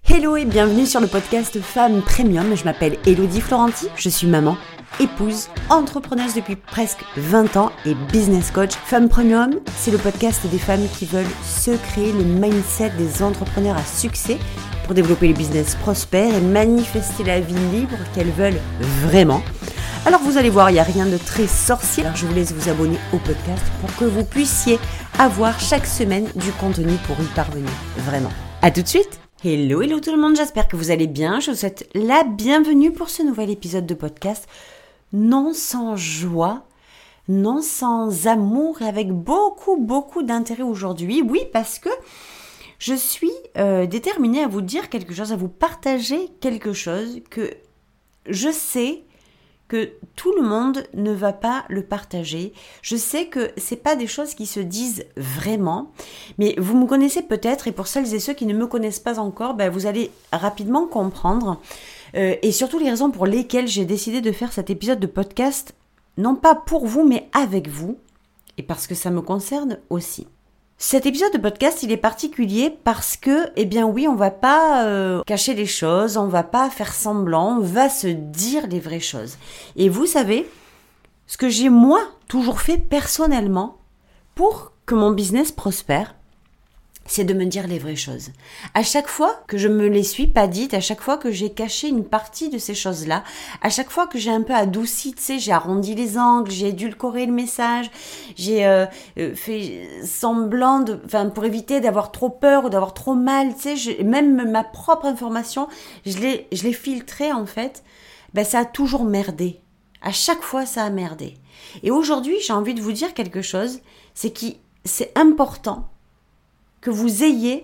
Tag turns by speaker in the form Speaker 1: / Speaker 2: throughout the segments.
Speaker 1: Hello et bienvenue sur le podcast Femmes Premium. Je m'appelle Elodie Florenti, je suis maman, épouse, entrepreneuse depuis presque 20 ans et business coach. Femmes Premium, c'est le podcast des femmes qui veulent se créer le mindset des entrepreneurs à succès pour développer les business prospères et manifester la vie libre qu'elles veulent vraiment. Alors vous allez voir, il n'y a rien de très sorcier. Alors je vous laisse vous abonner au podcast pour que vous puissiez avoir chaque semaine du contenu pour y parvenir. Vraiment. À tout de suite. Hello tout le monde, j'espère que vous allez bien. Je vous souhaite la bienvenue pour ce nouvel épisode de podcast. Non sans joie, non sans amour et avec beaucoup d'intérêt aujourd'hui. Oui, parce que je suis déterminée à vous dire quelque chose, à vous partager quelque chose que je sais que tout le monde ne va pas le partager. Je sais que c'est pas des choses qui se disent vraiment, mais vous me connaissez peut-être, et pour celles et ceux qui ne me connaissent pas encore, vous allez rapidement comprendre, et surtout les raisons pour lesquelles j'ai décidé de faire cet épisode de podcast, non pas pour vous, mais avec vous, et parce que ça me concerne aussi. Cet épisode de podcast, il est particulier parce que, oui, on va pas cacher les choses, on va pas faire semblant, on va se dire les vraies choses. Et vous savez, ce que j'ai moi toujours fait personnellement pour que mon business prospère, c'est de me dire les vraies choses. À chaque fois que je me les suis pas dites, à chaque fois que j'ai caché une partie de ces choses-là, à chaque fois que j'ai un peu adouci, j'ai arrondi les angles, j'ai édulcoré le message, j'ai fait semblant pour éviter d'avoir trop peur ou d'avoir trop mal, même ma propre information, je l'ai filtrée en fait, ça a toujours merdé. À chaque fois, ça a merdé. Et aujourd'hui, j'ai envie de vous dire quelque chose, c'est important que vous ayez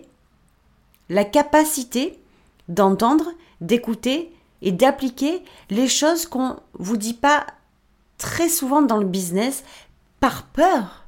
Speaker 1: la capacité d'entendre, d'écouter et d'appliquer les choses qu'on vous dit pas très souvent dans le business par peur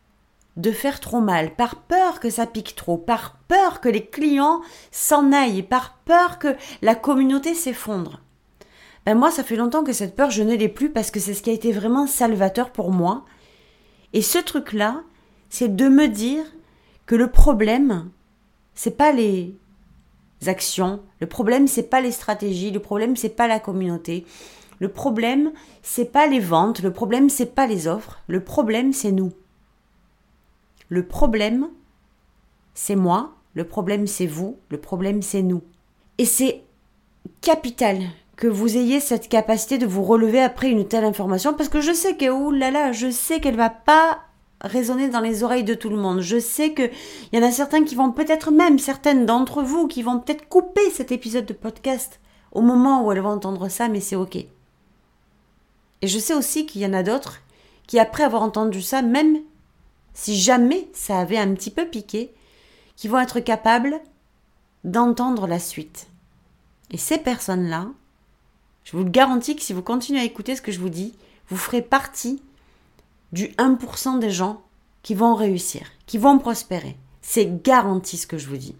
Speaker 1: de faire trop mal, par peur que ça pique trop, par peur que les clients s'en aillent, par peur que la communauté s'effondre. Moi, ça fait longtemps que cette peur, je ne l'ai plus parce que c'est ce qui a été vraiment salvateur pour moi. Et ce truc-là, c'est de me dire que le problème, c'est pas les actions, le problème, c'est pas les stratégies, le problème, c'est pas la communauté, le problème, c'est pas les ventes, le problème, c'est pas les offres, le problème, c'est nous. Le problème, c'est moi, le problème, c'est vous, le problème, c'est nous. Et c'est capital que vous ayez cette capacité de vous relever après une telle information, parce que je sais que, je sais qu'elle va pas résonner dans les oreilles de tout le monde. Je sais qu'il y en a certains qui vont peut-être même, certaines d'entre vous, qui vont peut-être couper cet épisode de podcast au moment où elles vont entendre ça, mais c'est ok. Et je sais aussi qu'il y en a d'autres qui, après avoir entendu ça, même si jamais ça avait un petit peu piqué, qui vont être capables d'entendre la suite. Et ces personnes-là, je vous le garantis que si vous continuez à écouter ce que je vous dis, vous ferez partie du 1% des gens qui vont réussir, qui vont prospérer. C'est garanti ce que je vous dis.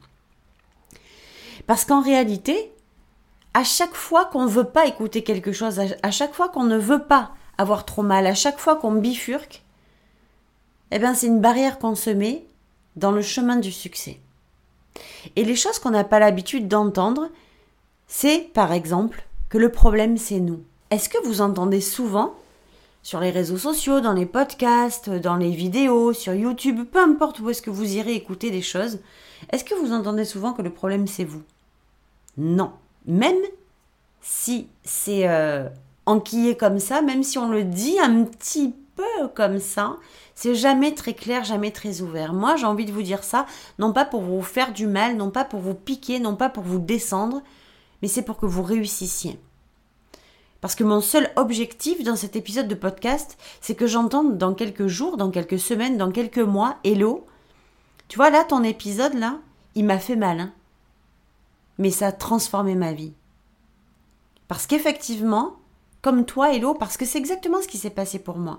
Speaker 1: Parce qu'en réalité, à chaque fois qu'on ne veut pas écouter quelque chose, à chaque fois qu'on ne veut pas avoir trop mal, à chaque fois qu'on bifurque, c'est une barrière qu'on se met dans le chemin du succès. Et les choses qu'on n'a pas l'habitude d'entendre, c'est par exemple que le problème c'est nous. Est-ce que vous entendez souvent sur les réseaux sociaux, dans les podcasts, dans les vidéos, sur YouTube, peu importe où est-ce que vous irez écouter des choses, est-ce que vous entendez souvent que le problème c'est vous ? Non. Même si c'est enquillé comme ça, même si on le dit un petit peu comme ça, c'est jamais très clair, jamais très ouvert. Moi, j'ai envie de vous dire ça, non pas pour vous faire du mal, non pas pour vous piquer, non pas pour vous descendre, mais c'est pour que vous réussissiez. Parce que mon seul objectif dans cet épisode de podcast, c'est que j'entende dans quelques jours, dans quelques semaines, dans quelques mois, Hello, tu vois là, ton épisode là, il m'a fait mal. Mais ça a transformé ma vie. Parce qu'effectivement, comme toi Hello, parce que c'est exactement ce qui s'est passé pour moi.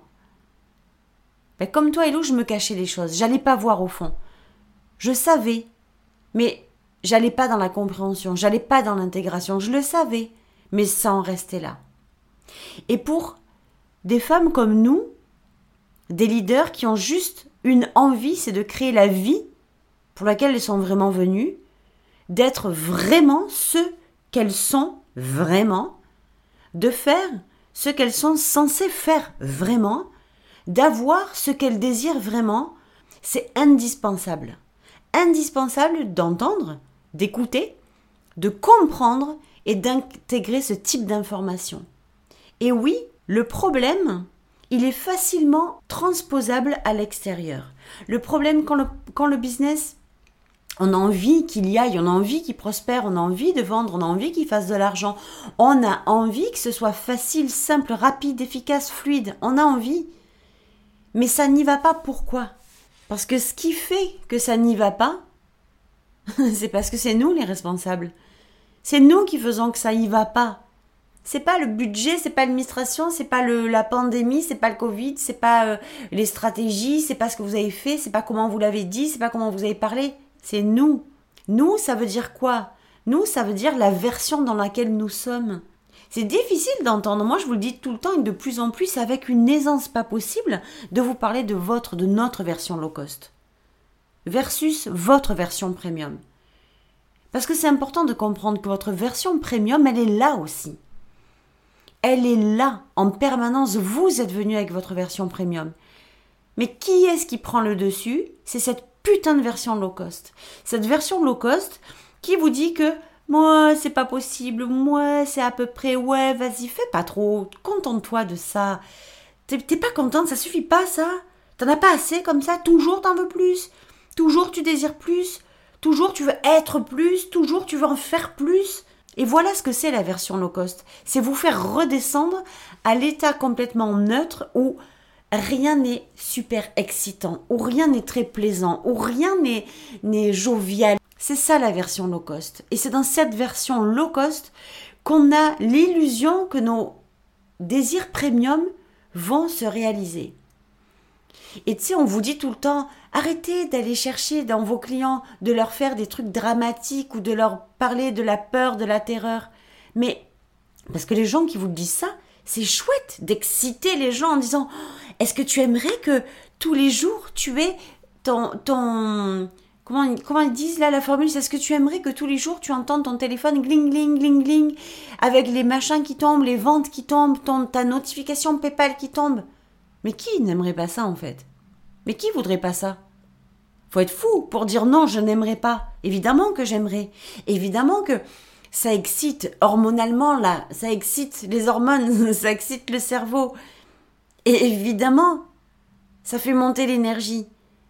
Speaker 1: Comme toi Hello, je me cachais les choses, j'allais pas voir au fond. Je savais, mais j'allais pas dans la compréhension, j'allais pas dans l'intégration, je le savais, mais ça en restait là. Et pour des femmes comme nous, des leaders qui ont juste une envie, c'est de créer la vie pour laquelle elles sont vraiment venues, d'être vraiment ce qu'elles sont vraiment, de faire ce qu'elles sont censées faire vraiment, d'avoir ce qu'elles désirent vraiment, c'est indispensable. Indispensable d'entendre, d'écouter, de comprendre et d'intégrer ce type d'information. Et oui, le problème, il est facilement transposable à l'extérieur. Le problème quand le business, on a envie qu'il y aille, on a envie qu'il prospère, on a envie de vendre, on a envie qu'il fasse de l'argent, on a envie que ce soit facile, simple, rapide, efficace, fluide, on a envie. Mais ça n'y va pas, pourquoi ? Parce que ce qui fait que ça n'y va pas, c'est parce que c'est nous les responsables. C'est nous qui faisons que ça y va pas. C'est pas le budget, c'est pas l'administration, c'est pas la pandémie, c'est pas le Covid, c'est pas les stratégies, c'est pas ce que vous avez fait, c'est pas comment vous l'avez dit, c'est pas comment vous avez parlé. C'est nous. Nous, ça veut dire quoi ? Nous, ça veut dire la version dans laquelle nous sommes. C'est difficile d'entendre. Moi, je vous le dis tout le temps et de plus en plus avec une aisance pas possible de vous parler de notre version low cost versus votre version premium. Parce que c'est important de comprendre que votre version premium, elle est là aussi. Elle est là, en permanence. Vous êtes venu avec votre version premium. Mais qui est-ce qui prend le dessus ? C'est cette putain de version low cost. Cette version low cost qui vous dit que moi, c'est pas possible, moi, c'est à peu près, ouais, vas-y, fais pas trop, contente-toi de ça. T'es pas contente, ça suffit pas, ça ? T'en as pas assez comme ça ? Toujours t'en veux plus ? Toujours tu désires plus ? Toujours tu veux être plus ? Toujours tu veux en faire plus ? Et voilà ce que c'est la version low cost. C'est vous faire redescendre à l'état complètement neutre où rien n'est super excitant, où rien n'est très plaisant, où rien n'est jovial. C'est ça la version low cost. Et c'est dans cette version low cost qu'on a l'illusion que nos désirs premium vont se réaliser. Et tu sais, on vous dit tout le temps, arrêtez d'aller chercher dans vos clients, de leur faire des trucs dramatiques ou de leur parler de la peur, de la terreur. Mais, parce que les gens qui vous disent ça, c'est chouette d'exciter les gens en disant, est-ce que tu aimerais que tous les jours tu aies ton comment ils disent là la formule, c'est est-ce que tu aimerais que tous les jours tu entendes ton téléphone gling gling gling gling avec les machins qui tombent, les ventes qui tombent, ta notification PayPal qui tombe. Mais qui n'aimerait pas ça en fait ? Mais qui voudrait pas ça ? Faut être fou pour dire non, je n'aimerais pas. Évidemment que j'aimerais. Évidemment que ça excite hormonalement là, ça excite les hormones, ça excite le cerveau. Et évidemment, ça fait monter l'énergie.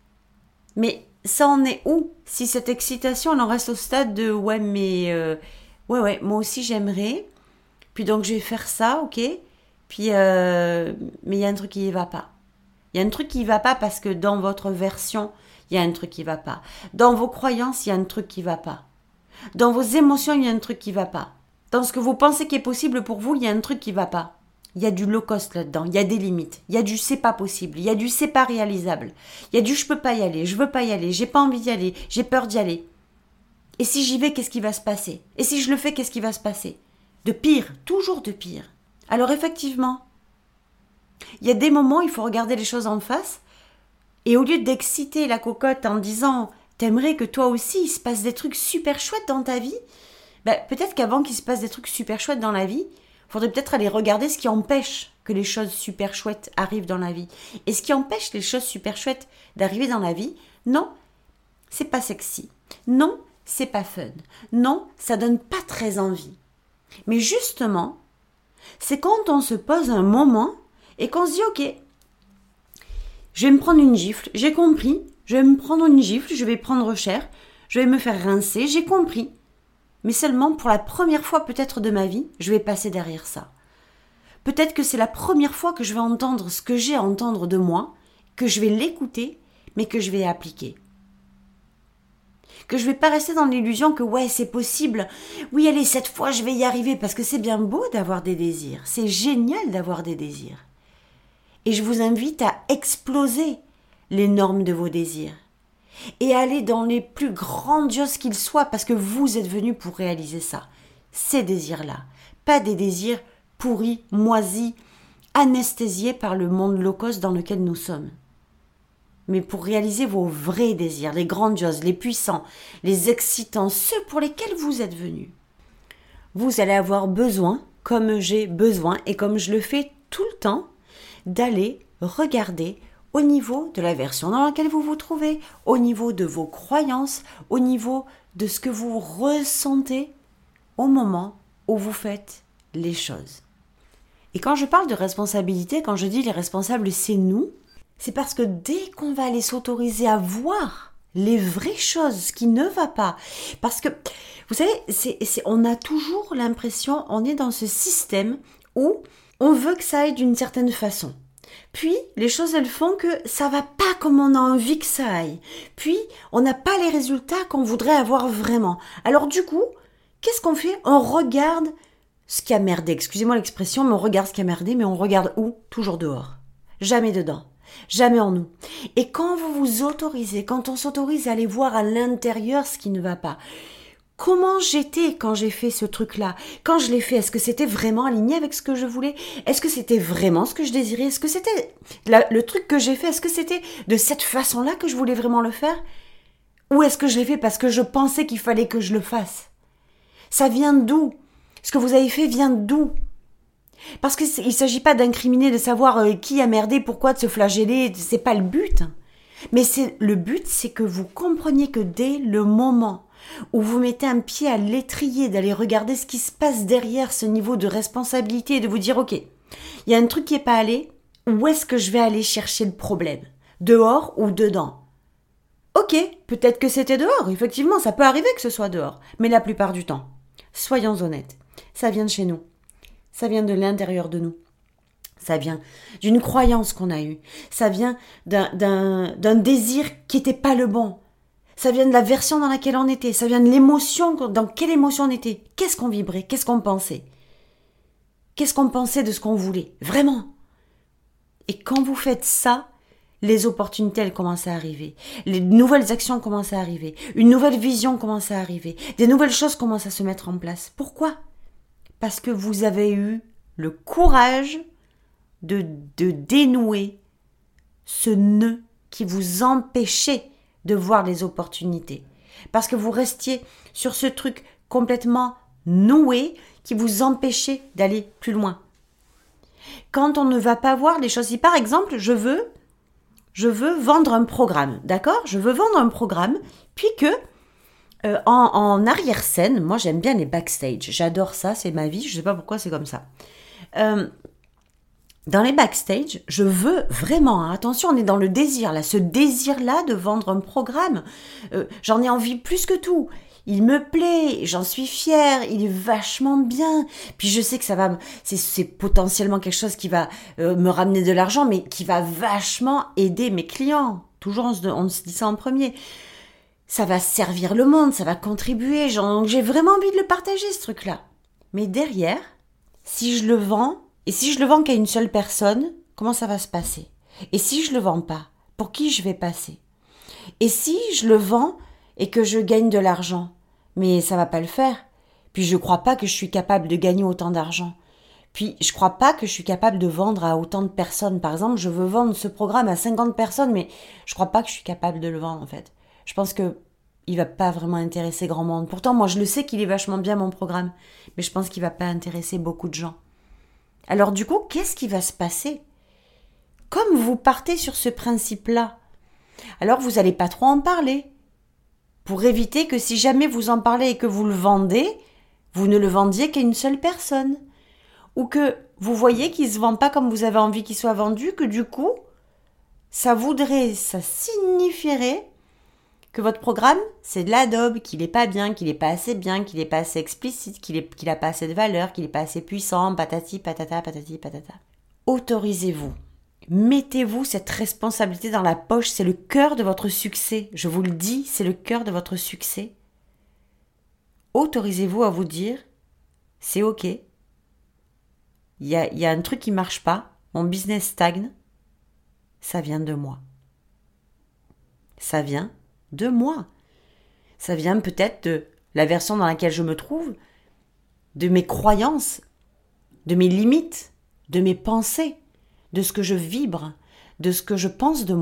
Speaker 1: Mais ça en est où ? Si cette excitation, elle en reste au stade de ouais, mais ouais, moi aussi j'aimerais. Puis donc je vais faire ça, ok ? Puis mais il y a un truc qui y va pas. Il y a un truc qui y va pas parce que dans votre version, il y a un truc qui va pas. Dans vos croyances, il y a un truc qui va pas. Dans vos émotions, il y a un truc qui va pas. Dans ce que vous pensez qui est possible pour vous, il y a un truc qui va pas. Il y a du low cost là-dedans, il y a des limites, il y a du c'est pas possible, il y a du c'est pas réalisable, il y a du je peux pas y aller, je veux pas y aller, j'ai pas envie d'y aller, j'ai peur d'y aller. Et si j'y vais, qu'est-ce qui va se passer ? Et si je le fais, qu'est-ce qui va se passer ? De pire, toujours de pire. Alors effectivement, il y a des moments où il faut regarder les choses en face et au lieu d'exciter la cocotte en disant « t'aimerais que toi aussi il se passe des trucs super chouettes dans ta vie », peut-être qu'avant qu'il se passe des trucs super chouettes dans la vie, il faudrait peut-être aller regarder ce qui empêche que les choses super chouettes arrivent dans la vie. Et ce qui empêche les choses super chouettes d'arriver dans la vie, non, c'est pas sexy. Non, c'est pas fun. Non, ça donne pas très envie. Mais justement, c'est quand on se pose un moment et qu'on se dit « Ok, je vais me prendre une gifle, j'ai compris, je vais me prendre une gifle, je vais prendre cher, je vais me faire rincer, j'ai compris. » Mais seulement pour la première fois peut-être de ma vie, je vais passer derrière ça. Peut-être que c'est la première fois que je vais entendre ce que j'ai à entendre de moi, que je vais l'écouter, mais que je vais appliquer. Que je vais pas rester dans l'illusion que ouais, c'est possible. Oui, allez, cette fois, je vais y arriver parce que c'est bien beau d'avoir des désirs. C'est génial d'avoir des désirs. Et je vous invite à exploser les normes de vos désirs. Et aller dans les plus grandioses qu'ils soient parce que vous êtes venus pour réaliser ça. Ces désirs-là. Pas des désirs pourris, moisis, anesthésiés par le monde low cost dans lequel nous sommes. mais pour réaliser vos vrais désirs, les grandioses, les puissants, les excitants, ceux pour lesquels vous êtes venu. Vous allez avoir besoin, comme j'ai besoin et comme je le fais tout le temps, d'aller regarder au niveau de la version dans laquelle vous vous trouvez, au niveau de vos croyances, au niveau de ce que vous ressentez au moment où vous faites les choses. Et quand je parle de responsabilité, quand je dis les responsables, c'est nous, c'est parce que dès qu'on va aller s'autoriser à voir les vraies choses, ce qui ne va pas, parce que, vous savez, on a toujours l'impression, on est dans ce système où on veut que ça aille d'une certaine façon. Puis, les choses, elles font que ça va pas comme on a envie que ça aille. Puis, on n'a pas les résultats qu'on voudrait avoir vraiment. Alors du coup, qu'est-ce qu'on fait ? On regarde ce qui a merdé. Excusez-moi l'expression, mais on regarde ce qui a merdé, mais on regarde où ? Toujours dehors. Jamais dedans. Jamais en nous. Et quand vous vous autorisez, quand on s'autorise à aller voir à l'intérieur ce qui ne va pas, comment j'étais quand j'ai fait ce truc-là ? Quand je l'ai fait, est-ce que c'était vraiment aligné avec ce que je voulais ? Est-ce que c'était vraiment ce que je désirais ? Est-ce que c'était le truc que j'ai fait ? Est-ce que c'était de cette façon-là que je voulais vraiment le faire ? Ou est-ce que je l'ai fait parce que je pensais qu'il fallait que je le fasse ? Ça vient d'où ? Ce que vous avez fait vient d'où ? Parce qu'il ne s'agit pas d'incriminer, de savoir qui a merdé, pourquoi, de se flageller, c'est pas le but. Mais le but, c'est que vous compreniez que dès le moment où vous mettez un pied à l'étrier, d'aller regarder ce qui se passe derrière ce niveau de responsabilité et de vous dire, ok, il y a un truc qui n'est pas allé, où est-ce que je vais aller chercher le problème ? Dehors ou dedans ? Ok, peut-être que c'était dehors, effectivement, ça peut arriver que ce soit dehors, mais la plupart du temps, soyons honnêtes, ça vient de chez nous. Ça vient de l'intérieur de nous. Ça vient d'une croyance qu'on a eue. Ça vient d'un désir qui n'était pas le bon. Ça vient de la version dans laquelle on était. Ça vient de l'émotion, dans quelle émotion on était. Qu'est-ce qu'on vibrait ? Qu'est-ce qu'on pensait ? Qu'est-ce qu'on pensait de ce qu'on voulait ? Vraiment. Et quand vous faites ça, les opportunités, elles commencent à arriver. Les nouvelles actions commencent à arriver. Une nouvelle vision commence à arriver. Des nouvelles choses commencent à se mettre en place. Pourquoi ? Parce que vous avez eu le courage de dénouer ce nœud qui vous empêchait de voir les opportunités. Parce que vous restiez sur ce truc complètement noué qui vous empêchait d'aller plus loin. Quand on ne va pas voir les choses, si par exemple, je veux vendre un programme, d'accord ? Je veux vendre un programme, puis que en arrière-scène, moi j'aime bien les backstage, j'adore ça, c'est ma vie, je sais pas pourquoi c'est comme ça. Dans les backstage, je veux vraiment, attention, on est dans le désir là, ce désir-là de vendre un programme, j'en ai envie plus que tout. Il me plaît, j'en suis fière, il est vachement bien. Puis je sais que c'est potentiellement quelque chose qui va me ramener de l'argent, mais qui va vachement aider mes clients. Toujours on se dit ça en premier. Ça va servir le monde, ça va contribuer, j'ai vraiment envie de le partager ce truc-là. Mais derrière, si je le vends, et si je le vends qu'à une seule personne, comment ça va se passer ? Et si je le vends pas, pour qui je vais passer ? Et si je le vends et que je gagne de l'argent, mais ça va pas le faire. Puis je crois pas que je suis capable de gagner autant d'argent. Puis je crois pas que je suis capable de vendre à autant de personnes. Par exemple, je veux vendre ce programme à 50 personnes, mais je crois pas que je suis capable de le vendre en fait. Je pense que il va pas vraiment intéresser grand monde. Pourtant, moi je le sais qu'il est vachement bien mon programme, mais je pense qu'il va pas intéresser beaucoup de gens. Alors du coup, qu'est-ce qui va se passer ? Comme vous partez sur ce principe-là, alors vous allez pas trop en parler. Pour éviter que si jamais vous en parlez et que vous le vendez, vous ne le vendiez qu'à une seule personne. Ou que vous voyez qu'il ne se vend pas comme vous avez envie qu'il soit vendu, que du coup, ça signifierait que votre programme, c'est de la daube, qu'il n'est pas bien, qu'il n'est pas assez bien, qu'il n'est pas assez explicite, qu'il n'a pas assez de valeur, qu'il n'est pas assez puissant, patati, patata, patati, patata. Autorisez-vous. Mettez-vous cette responsabilité dans la poche, c'est le cœur de votre succès. Je vous le dis, c'est le cœur de votre succès. Autorisez-vous à vous dire, c'est ok. Il y a un truc qui ne marche pas, mon business stagne, ça vient de moi. Ça vient de moi. Ça vient peut-être de la version dans laquelle je me trouve, de mes croyances, de mes limites, de mes pensées, de ce que je vibre, de ce que je pense de moi,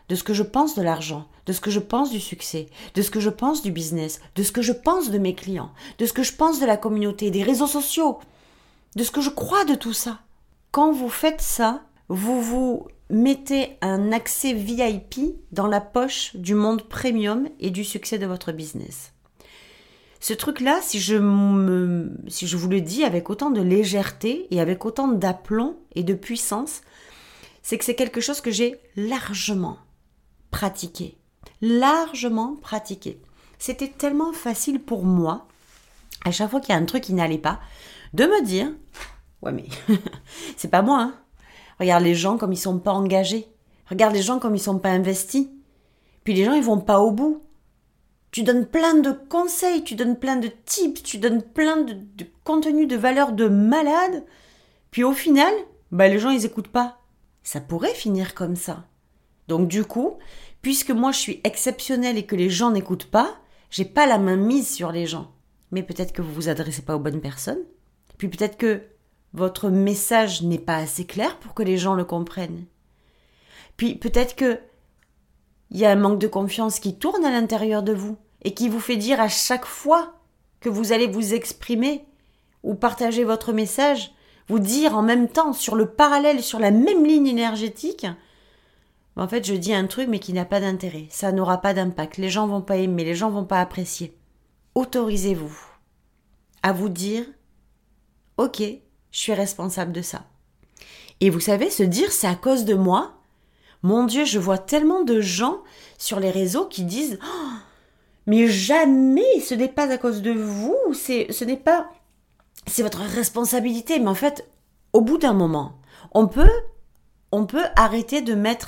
Speaker 1: de ce que je pense de l'argent, de ce que je pense du succès, de ce que je pense du business, de ce que je pense de mes clients, de ce que je pense de la communauté, des réseaux sociaux, de ce que je crois de tout ça. Quand vous faites ça, vous vous mettez un accès VIP dans la poche du monde premium et du succès de votre business. Ce truc-là, si je vous le dis avec autant de légèreté et avec autant d'aplomb et de puissance, c'est que c'est quelque chose que j'ai largement pratiqué. Largement pratiqué. C'était tellement facile pour moi, à chaque fois qu'il y a un truc qui n'allait pas, de me dire « Ouais mais, c'est pas moi, hein. Regarde les gens comme ils sont pas engagés. Regarde les gens comme ils sont pas investis. Puis les gens, ils vont pas au bout. Tu donnes plein de conseils, tu donnes plein de tips, tu donnes plein de contenu de valeur de malade. Puis au final, les gens, ils écoutent pas. » Ça pourrait finir comme ça. Donc du coup, puisque moi je suis exceptionnelle et que les gens n'écoutent pas, j'ai pas la main mise sur les gens. Mais peut-être que vous vous adressez pas aux bonnes personnes. Puis peut-être que votre message n'est pas assez clair pour que les gens le comprennent. Puis peut-être que il y a un manque de confiance qui tourne à l'intérieur de vous et qui vous fait dire à chaque fois que vous allez vous exprimer ou partager votre message, vous dire en même temps, sur le parallèle, sur la même ligne énergétique, en fait, je dis un truc mais qui n'a pas d'intérêt. Ça n'aura pas d'impact. Les gens vont pas aimer, les gens vont pas apprécier. Autorisez-vous à vous dire « Ok, je suis responsable de ça. » Et vous savez, se dire « C'est à cause de moi ». Mon Dieu, je vois tellement de gens sur les réseaux qui disent oh, « Mais jamais, ce n'est pas à cause de vous, c'est votre responsabilité. » Mais en fait, au bout d'un moment, on peut arrêter de mettre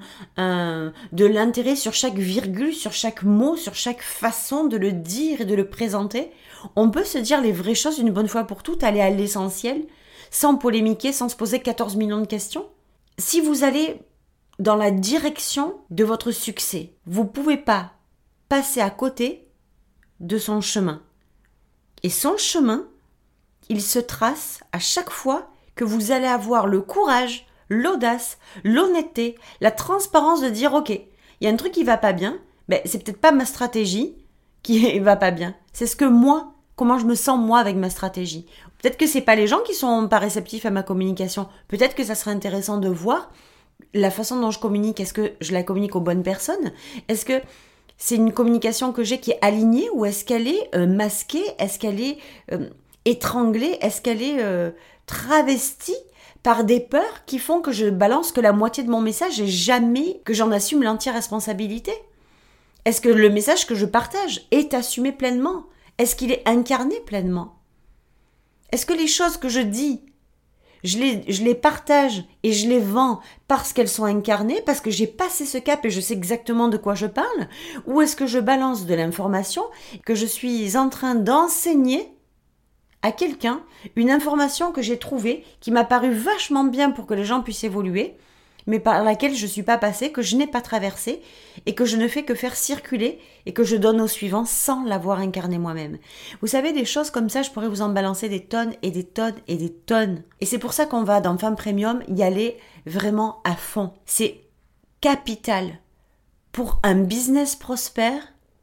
Speaker 1: de l'intérêt sur chaque virgule, sur chaque mot, sur chaque façon de le dire et de le présenter. On peut se dire les vraies choses une bonne fois pour toutes, aller à l'essentiel, sans polémiquer, sans se poser 14 millions de questions. Si vous allez dans la direction de votre succès, vous ne pouvez pas passer à côté de son chemin. Et son chemin, il se trace à chaque fois que vous allez avoir le courage, l'audace, l'honnêteté, la transparence de dire « Ok, il y a un truc qui va pas bien, c'est peut-être pas ma stratégie qui va pas bien. C'est comment je me sens moi avec ma stratégie. Peut-être que c'est pas les gens qui sont pas réceptifs à ma communication. Peut-être que ça serait intéressant de voir la façon dont je communique. Est-ce que je la communique aux bonnes personnes? Est-ce que c'est une communication que j'ai qui est alignée ou est-ce qu'elle est masquée? Est-ce qu'elle est étranglée? Est-ce qu'elle est travestie par des peurs qui font que je balance que la moitié de mon message et jamais que j'en assume l'entière responsabilité? Est-ce que le message que je partage est assumé pleinement? Est-ce qu'il est incarné pleinement? Est-ce que les choses que je dis, je les partage et je les vends parce qu'elles sont incarnées, parce que j'ai passé ce cap et je sais exactement de quoi je parle? Ou est-ce que je balance de l'information que je suis en train d'enseigner à quelqu'un, une information que j'ai trouvée, qui m'a paru vachement bien pour que les gens puissent évoluer, mais par laquelle je ne suis pas passée, que je n'ai pas traversée, et que je ne fais que faire circuler, et que je donne au suivant sans l'avoir incarné moi-même. Vous savez, des choses comme ça, je pourrais vous en balancer des tonnes et des tonnes et des tonnes. Et c'est pour ça qu'on va, dans Femme Premium, y aller vraiment à fond. C'est capital pour un business prospère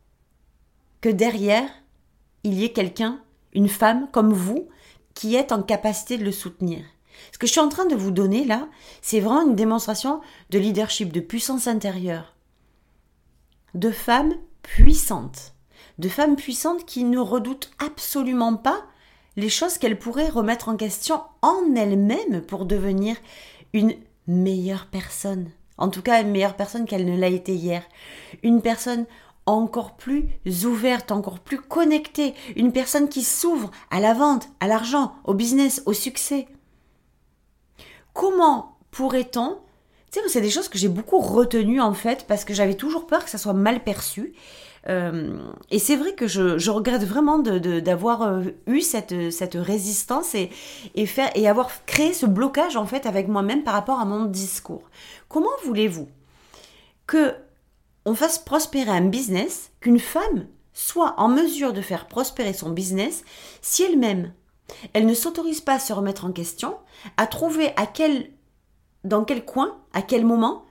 Speaker 1: que derrière, il y ait quelqu'un, une femme comme vous, qui est en capacité de le soutenir. Ce que je suis en train de vous donner là, c'est vraiment une démonstration de leadership, de puissance intérieure. De femmes puissantes. De femmes puissantes qui ne redoutent absolument pas les choses qu'elles pourraient remettre en question en elles-mêmes pour devenir une meilleure personne. En tout cas, une meilleure personne qu'elle ne l'a été hier. Une personne encore plus ouverte, encore plus connectée, une personne qui s'ouvre à la vente, à l'argent, au business, au succès. Comment pourrait-on... Tu sais, c'est des choses que j'ai beaucoup retenues en fait, parce que j'avais toujours peur que ça soit mal perçu. Et c'est vrai que je regrette vraiment d'avoir eu cette résistance et avoir créé ce blocage en fait avec moi-même par rapport à mon discours. Comment voulez-vous que on fasse prospérer un business, qu'une femme soit en mesure de faire prospérer son business si elle-même, elle ne s'autorise pas à se remettre en question, à trouver dans quel coin, à quel moment,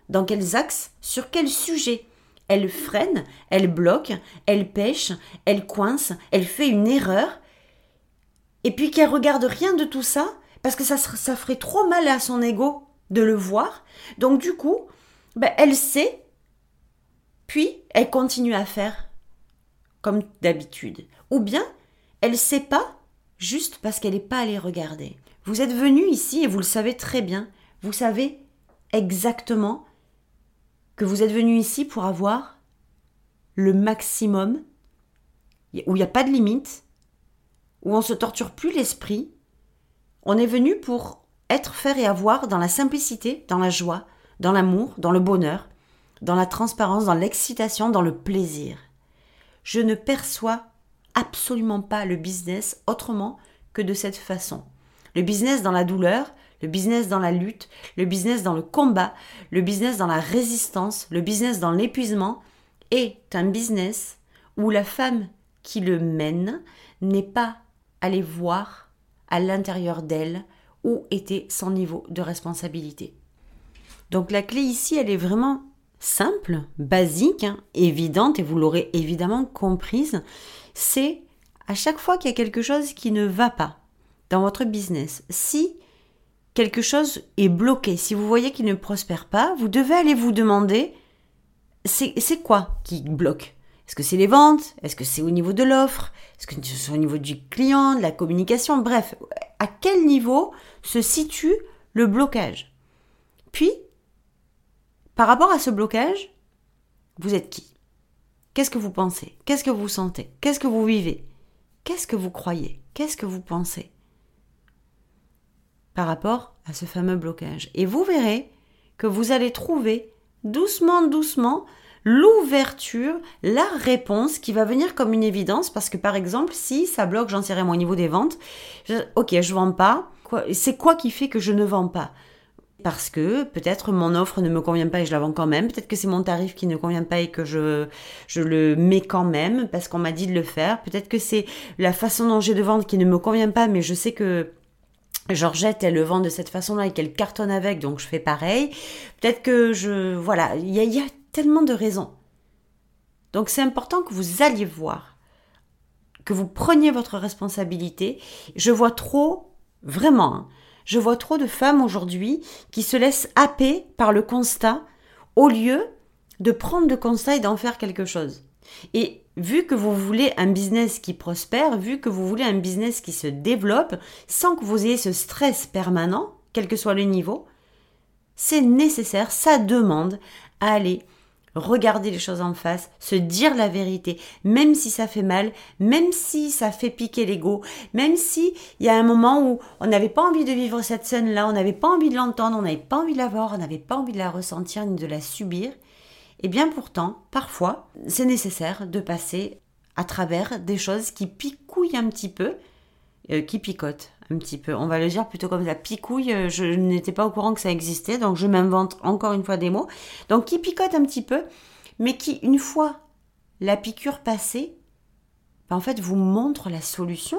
Speaker 1: dans quels axes, sur quel sujet elle freine, elle bloque, elle pêche, elle coince, elle fait une erreur, et puis qu'elle regarde rien de tout ça, parce que ça ferait trop mal à son ego de le voir. Donc du coup, elle sait, puis elle continue à faire comme d'habitude. Ou bien, elle sait pas, juste parce qu'elle n'est pas allée regarder. Vous êtes venu ici, et vous le savez très bien, vous savez exactement que vous êtes venu ici pour avoir le maximum, où il n'y a pas de limite, où on ne se torture plus l'esprit. On est venu pour être, faire et avoir dans la simplicité, dans la joie, dans l'amour, dans le bonheur, dans la transparence, dans l'excitation, dans le plaisir. Je ne perçois absolument pas le business autrement que de cette façon. Le business dans la douleur, le business dans la lutte, le business dans le combat, le business dans la résistance, le business dans l'épuisement est un business où la femme qui le mène n'est pas allée voir à l'intérieur d'elle où était son niveau de responsabilité. Donc la clé ici, elle est vraiment simple, basique, évidente, et vous l'aurez évidemment comprise, c'est à chaque fois qu'il y a quelque chose qui ne va pas dans votre business, si quelque chose est bloqué, si vous voyez qu'il ne prospère pas, vous devez aller vous demander c'est quoi qui bloque ? Est-ce que c'est les ventes ? Est-ce que c'est au niveau de l'offre ? Est-ce que c'est au niveau du client, de la communication ? Bref, à quel niveau se situe le blocage ? Puis, par rapport à ce blocage, vous êtes qui ? Qu'est-ce que vous pensez ? Qu'est-ce que vous sentez ? Qu'est-ce que vous vivez ? Qu'est-ce que vous croyez ? Qu'est-ce que vous pensez ? Par rapport à ce fameux blocage. Et vous verrez que vous allez trouver doucement l'ouverture, la réponse qui va venir comme une évidence, parce que par exemple, si ça bloque, j'en sais rien, au niveau des ventes, ok, je vends pas, c'est quoi qui fait que je ne vends pas ? Parce que peut-être mon offre ne me convient pas et je la vends quand même, peut-être que c'est mon tarif qui ne convient pas et que je le mets quand même parce qu'on m'a dit de le faire, peut-être que c'est la façon dont j'ai de vendre qui ne me convient pas, mais je sais que Georgette, elle le vend de cette façon-là et qu'elle cartonne avec, donc je fais pareil. Peut-être que voilà, il y a tellement de raisons. Donc c'est important que vous alliez voir, que vous preniez votre responsabilité. Je vois trop, vraiment, je vois trop de femmes aujourd'hui qui se laissent happer par le constat au lieu de prendre le constat et d'en faire quelque chose. Et vu que vous voulez un business qui prospère, vu que vous voulez un business qui se développe, sans que vous ayez ce stress permanent, quel que soit le niveau, c'est nécessaire, ça demande à aller regarder les choses en face, se dire la vérité, même si ça fait mal, même si ça fait piquer l'ego, même si il y a un moment où on n'avait pas envie de vivre cette scène-là, on n'avait pas envie de l'entendre, on n'avait pas envie de la voir, on n'avait pas envie de la ressentir ni de la subir. Et bien pourtant, parfois, c'est nécessaire de passer à travers des choses qui picouillent un petit peu, qui picotent un petit peu. On va le dire plutôt comme ça, picouille, je n'étais pas au courant que ça existait, donc je m'invente encore une fois des mots. Donc qui picotent un petit peu, mais qui, une fois la piqûre passée, en fait, vous montre la solution,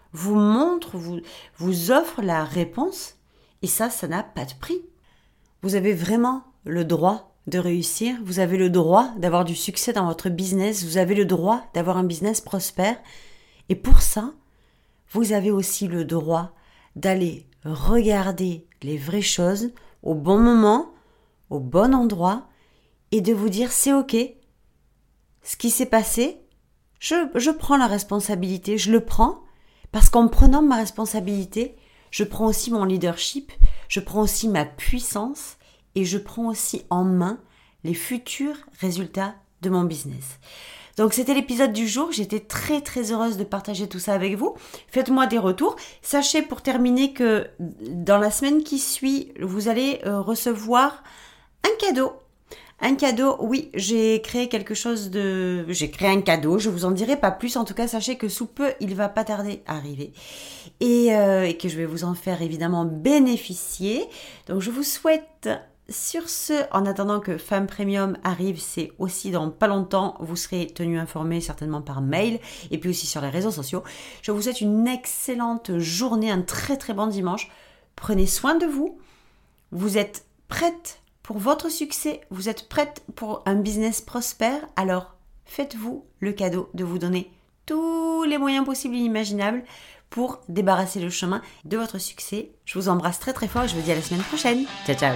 Speaker 1: vous offre la réponse, et ça n'a pas de prix. Vous avez vraiment le droit de réussir, vous avez le droit d'avoir du succès dans votre business, vous avez le droit d'avoir un business prospère, et pour ça, vous avez aussi le droit d'aller regarder les vraies choses au bon moment, au bon endroit, et de vous dire c'est ok, ce qui s'est passé, je prends la responsabilité, je le prends, parce qu'en prenant ma responsabilité, je prends aussi mon leadership, je prends aussi ma puissance, et je prends aussi en main les futurs résultats de mon business. Donc c'était l'épisode du jour, j'étais très très heureuse de partager tout ça avec vous. Faites-moi des retours. Sachez pour terminer que dans la semaine qui suit, vous allez recevoir un cadeau. Un cadeau, oui, j'ai créé un cadeau, je vous en dirai pas plus, en tout cas sachez que sous peu, il va pas tarder à arriver et que je vais vous en faire évidemment bénéficier. Donc je vous souhaite sur ce, en attendant que Femme Premium arrive, c'est aussi dans pas longtemps, vous serez tenu informé certainement par mail et puis aussi sur les réseaux sociaux. Je vous souhaite une excellente journée, un très très bon dimanche. Prenez soin de vous. Vous êtes prête pour votre succès, vous êtes prête pour un business prospère, alors faites-vous le cadeau de vous donner tous les moyens possibles et inimaginables pour débarrasser le chemin de votre succès. Je vous embrasse très très fort et je vous dis à la semaine prochaine. Ciao ciao.